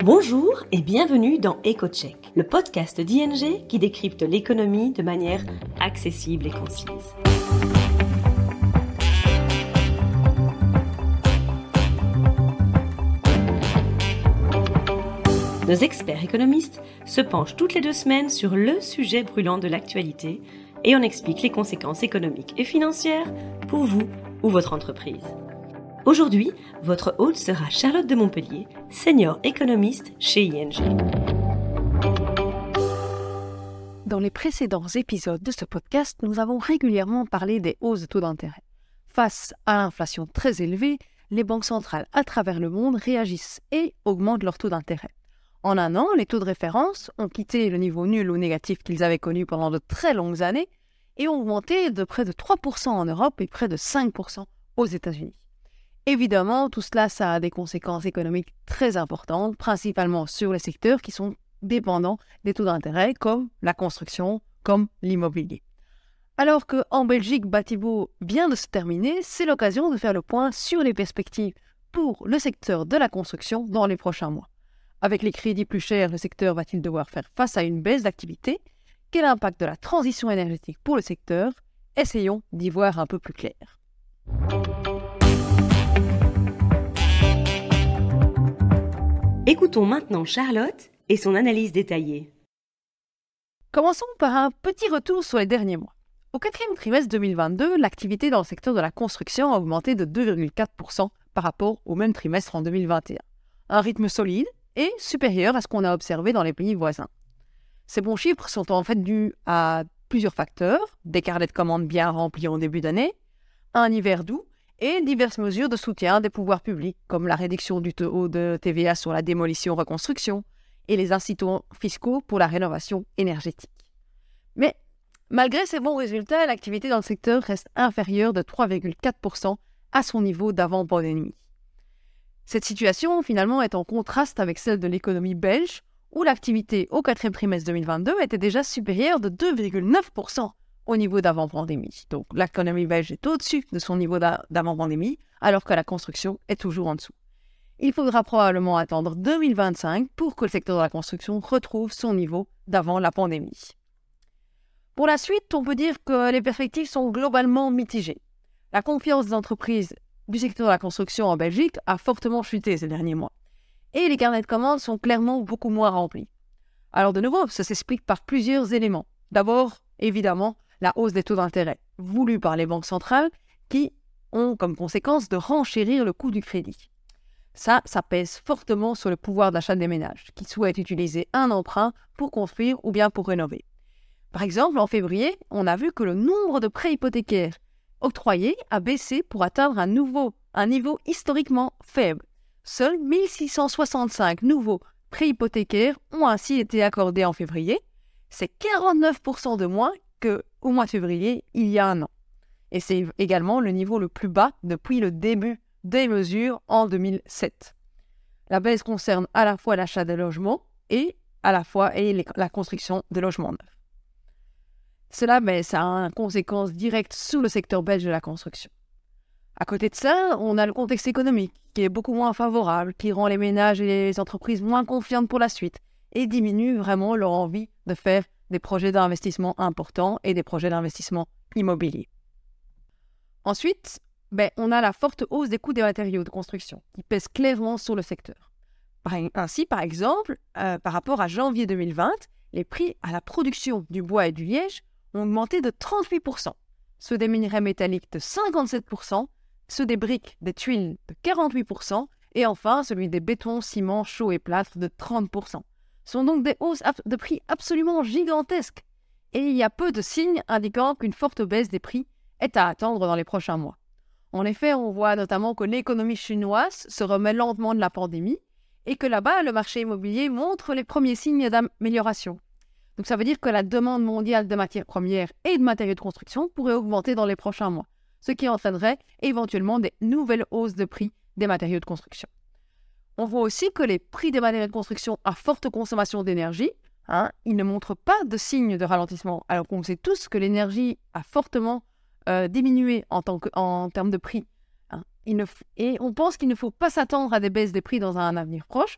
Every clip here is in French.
Bonjour et bienvenue dans EcoCheck, le podcast d'ING qui décrypte l'économie de manière accessible et concise. Nos experts économistes se penchent toutes les 2 semaines sur le sujet brûlant de l'actualité et on explique les conséquences économiques et financières pour vous ou votre entreprise. Aujourd'hui, votre hôte sera Charlotte de Montpellier, senior économiste chez ING. Dans les précédents épisodes de ce podcast, nous avons régulièrement parlé des hausses de taux d'intérêt. Face à l'inflation très élevée, les banques centrales à travers le monde réagissent et augmentent leurs taux d'intérêt. En un an, les taux de référence ont quitté le niveau nul ou négatif qu'ils avaient connu pendant de très longues années et ont augmenté de près de 3% en Europe et près de 5% aux États-Unis. Évidemment, tout cela, ça a des conséquences économiques très importantes, principalement sur les secteurs qui sont dépendants des taux d'intérêt, comme la construction, comme l'immobilier. Alors qu'en Belgique, Batibo vient de se terminer, c'est l'occasion de faire le point sur les perspectives pour le secteur de la construction dans les prochains mois. Avec les crédits plus chers, le secteur va-t-il devoir faire face à une baisse d'activité ? Quel impact de la transition énergétique pour le secteur ? Essayons d'y voir un peu plus clair. Écoutons maintenant Charlotte et son analyse détaillée. Commençons par un petit retour sur les derniers mois. Au 4e trimestre 2022, l'activité dans le secteur de la construction a augmenté de 2,4% par rapport au même trimestre en 2021. Un rythme solide et supérieur à ce qu'on a observé dans les pays voisins. Ces bons chiffres sont en fait dus à plusieurs facteurs, des carnets de commandes bien remplis en début d'année, un hiver doux et diverses mesures de soutien des pouvoirs publics, comme la réduction du taux de TVA sur la démolition-reconstruction et les incitants fiscaux pour la rénovation énergétique. Mais malgré ces bons résultats, l'activité dans le secteur reste inférieure de 3,4% à son niveau d'avant-pandémie. Cette situation, finalement, est en contraste avec celle de l'économie belge, où l'activité au 4e trimestre 2022 était déjà supérieure de 2,9% au niveau d'avant-pandémie. Donc, l'économie belge est au-dessus de son niveau d'avant-pandémie, alors que la construction est toujours en dessous. Il faudra probablement attendre 2025 pour que le secteur de la construction retrouve son niveau d'avant la pandémie. Pour la suite, on peut dire que les perspectives sont globalement mitigées. La confiance des entreprises du secteur de la construction en Belgique a fortement chuté ces derniers mois. Et les carnets de commandes sont clairement beaucoup moins remplis. Alors de nouveau, ça s'explique par plusieurs éléments. D'abord, évidemment, la hausse des taux d'intérêt voulue par les banques centrales qui ont comme conséquence de renchérir le coût du crédit. Ça pèse fortement sur le pouvoir d'achat des ménages qui souhaitent utiliser un emprunt pour construire ou bien pour rénover. Par exemple, en février, on a vu que le nombre de prêts hypothécaires octroyés a baissé pour atteindre un niveau historiquement faible. Seuls 1665 nouveaux prêts hypothécaires ont ainsi été accordés en février. C'est 49% de moins qu'au mois de février il y a un an. Et c'est également le niveau le plus bas depuis le début des mesures en 2007. La baisse concerne à la fois l'achat de logements et la construction de logements neufs. Cela, ça a une conséquence directe sur le secteur belge de la construction. À côté de ça, on a le contexte économique qui est beaucoup moins favorable, qui rend les ménages et les entreprises moins confiantes pour la suite et diminue vraiment leur envie de faire des projets d'investissement importants et des projets d'investissement immobiliers. Ensuite, on a la forte hausse des coûts des matériaux de construction qui pèse clairement sur le secteur. Ainsi, par exemple, par rapport à janvier 2020, les prix à la production du bois et du liège ont augmenté de 38%, ceux des minerais métalliques de 57%, ceux des briques, des tuiles de 48% et enfin celui des bétons, ciments, chaux et plâtres de 30%. Ce sont donc des hausses de prix absolument gigantesques et il y a peu de signes indiquant qu'une forte baisse des prix est à attendre dans les prochains mois. En effet, on voit notamment que l'économie chinoise se remet lentement de la pandémie et que là-bas, le marché immobilier montre les premiers signes d'amélioration. Donc ça veut dire que la demande mondiale de matières premières et de matériaux de construction pourrait augmenter dans les prochains mois, ce qui entraînerait éventuellement des nouvelles hausses de prix des matériaux de construction. On voit aussi que les prix des matériaux de construction à forte consommation d'énergie, ils ne montrent pas de signes de ralentissement, alors qu'on sait tous que l'énergie a fortement diminué en termes de prix. Et on pense qu'il ne faut pas s'attendre à des baisses des prix dans un avenir proche,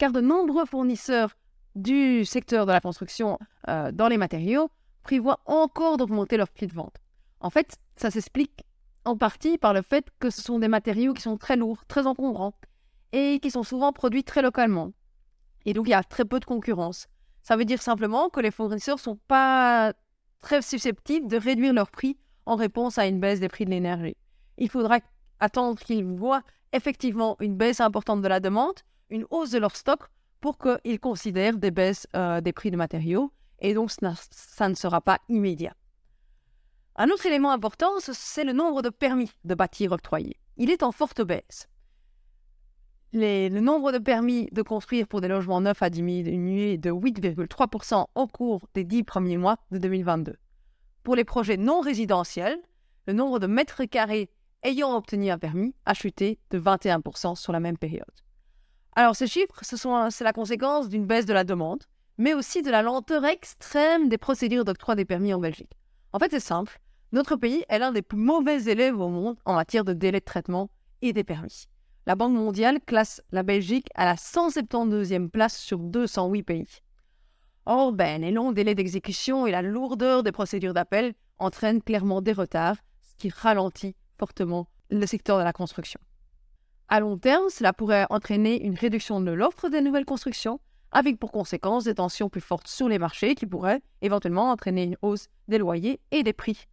car de nombreux fournisseurs du secteur de la construction dans les matériaux prévoient encore d'augmenter leur prix de vente. En fait, ça s'explique en partie par le fait que ce sont des matériaux qui sont très lourds, très encombrants et qui sont souvent produits très localement. Et donc, il y a très peu de concurrence. Ça veut dire simplement que les fournisseurs ne sont pas très susceptibles de réduire leurs prix en réponse à une baisse des prix de l'énergie. Il faudra attendre qu'ils voient effectivement une baisse importante de la demande, une hausse de leur stock pour qu'ils considèrent des baisses des prix de matériaux. Et donc, ça ne sera pas immédiat. Un autre élément important, c'est le nombre de permis de bâtir octroyés. Il est en forte baisse. Le nombre de permis de construire pour des logements neufs a diminué de 8,3% au cours des 10 premiers mois de 2022. Pour les projets non résidentiels, le nombre de mètres carrés ayant obtenu un permis a chuté de 21% sur la même période. Alors ces chiffres, c'est la conséquence d'une baisse de la demande, mais aussi de la lenteur extrême des procédures d'octroi des permis en Belgique. En fait, c'est simple, notre pays est l'un des plus mauvais élèves au monde en matière de délai de traitement et des permis. La Banque mondiale classe la Belgique à la 172e place sur 208 pays. Or, les longs délais d'exécution et la lourdeur des procédures d'appel entraînent clairement des retards, ce qui ralentit fortement le secteur de la construction. À long terme, cela pourrait entraîner une réduction de l'offre des nouvelles constructions, avec pour conséquence des tensions plus fortes sur les marchés qui pourraient éventuellement entraîner une hausse des loyers et des prix.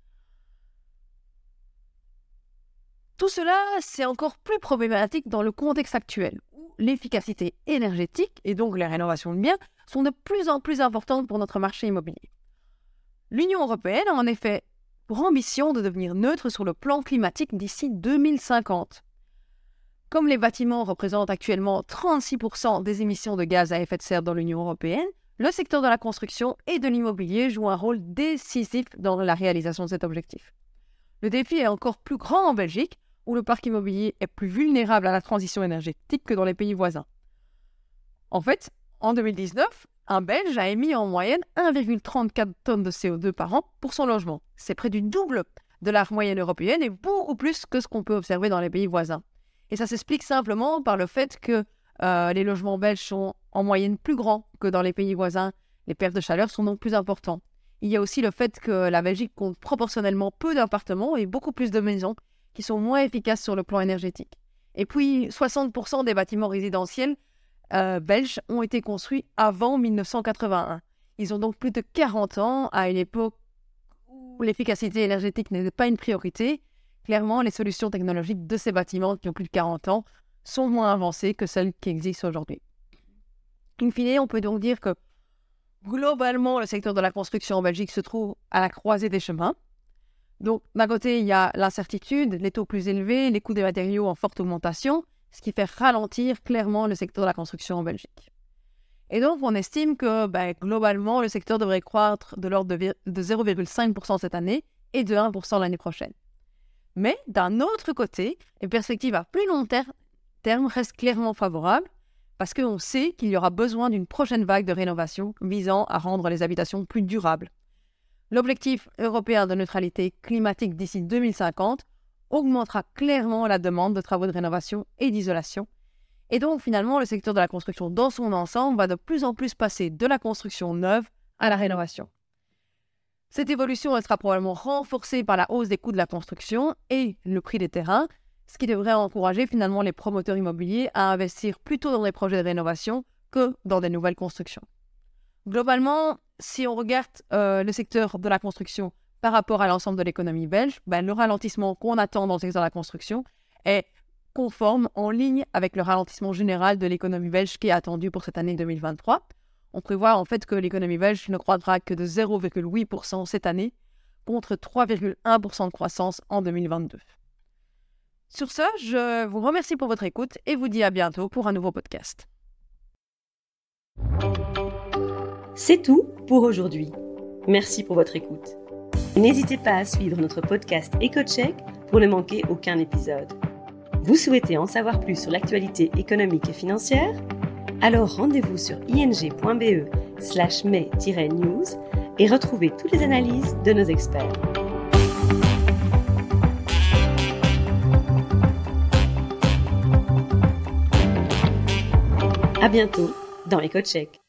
Tout cela, c'est encore plus problématique dans le contexte actuel, où l'efficacité énergétique et donc les rénovations de biens sont de plus en plus importantes pour notre marché immobilier. L'Union européenne a en effet pour ambition de devenir neutre sur le plan climatique d'ici 2050. Comme les bâtiments représentent actuellement 36% des émissions de gaz à effet de serre dans l'Union européenne, le secteur de la construction et de l'immobilier joue un rôle décisif dans la réalisation de cet objectif. Le défi est encore plus grand en Belgique, où le parc immobilier est plus vulnérable à la transition énergétique que dans les pays voisins. En fait, en 2019, un Belge a émis en moyenne 1,34 tonnes de CO2 par an pour son logement. C'est près du double de la moyenne européenne et beaucoup plus que ce qu'on peut observer dans les pays voisins. Et ça s'explique simplement par le fait que les logements belges sont en moyenne plus grands que dans les pays voisins. Les pertes de chaleur sont donc plus importantes. Il y a aussi le fait que la Belgique compte proportionnellement peu d'appartements et beaucoup plus de maisons qui sont moins efficaces sur le plan énergétique. Et puis, 60% des bâtiments résidentiels belges ont été construits avant 1981. Ils ont donc plus de 40 ans, à une époque où l'efficacité énergétique n'était pas une priorité. Clairement, les solutions technologiques de ces bâtiments qui ont plus de 40 ans sont moins avancées que celles qui existent aujourd'hui. In fine, on peut donc dire que globalement, le secteur de la construction en Belgique se trouve à la croisée des chemins. Donc, d'un côté, il y a l'incertitude, les taux plus élevés, les coûts des matériaux en forte augmentation, ce qui fait ralentir clairement le secteur de la construction en Belgique. Et donc, on estime que globalement, le secteur devrait croître de l'ordre de 0,5% cette année et de 1% l'année prochaine. Mais, d'un autre côté, les perspectives à plus long terme restent clairement favorables parce qu'on sait qu'il y aura besoin d'une prochaine vague de rénovation visant à rendre les habitations plus durables. L'objectif européen de neutralité climatique d'ici 2050 augmentera clairement la demande de travaux de rénovation et d'isolation. Et donc, finalement, le secteur de la construction dans son ensemble va de plus en plus passer de la construction neuve à la rénovation. Cette évolution sera probablement renforcée par la hausse des coûts de la construction et le prix des terrains, ce qui devrait encourager finalement les promoteurs immobiliers à investir plutôt dans des projets de rénovation que dans des nouvelles constructions. Globalement, si on regarde le secteur de la construction par rapport à l'ensemble de l'économie belge, le ralentissement qu'on attend dans le secteur de la construction est conforme, en ligne avec le ralentissement général de l'économie belge qui est attendu pour cette année 2023. On prévoit en fait que l'économie belge ne croîtra que de 0,8% cette année, contre 3,1% de croissance en 2022. Sur ce, je vous remercie pour votre écoute et vous dis à bientôt pour un nouveau podcast. C'est tout pour aujourd'hui. Merci pour votre écoute. N'hésitez pas à suivre notre podcast EcoCheck pour ne manquer aucun épisode. Vous souhaitez en savoir plus sur l'actualité économique et financière ? Alors rendez-vous sur ing.be/mai-news et retrouvez toutes les analyses de nos experts. À bientôt dans EcoCheck.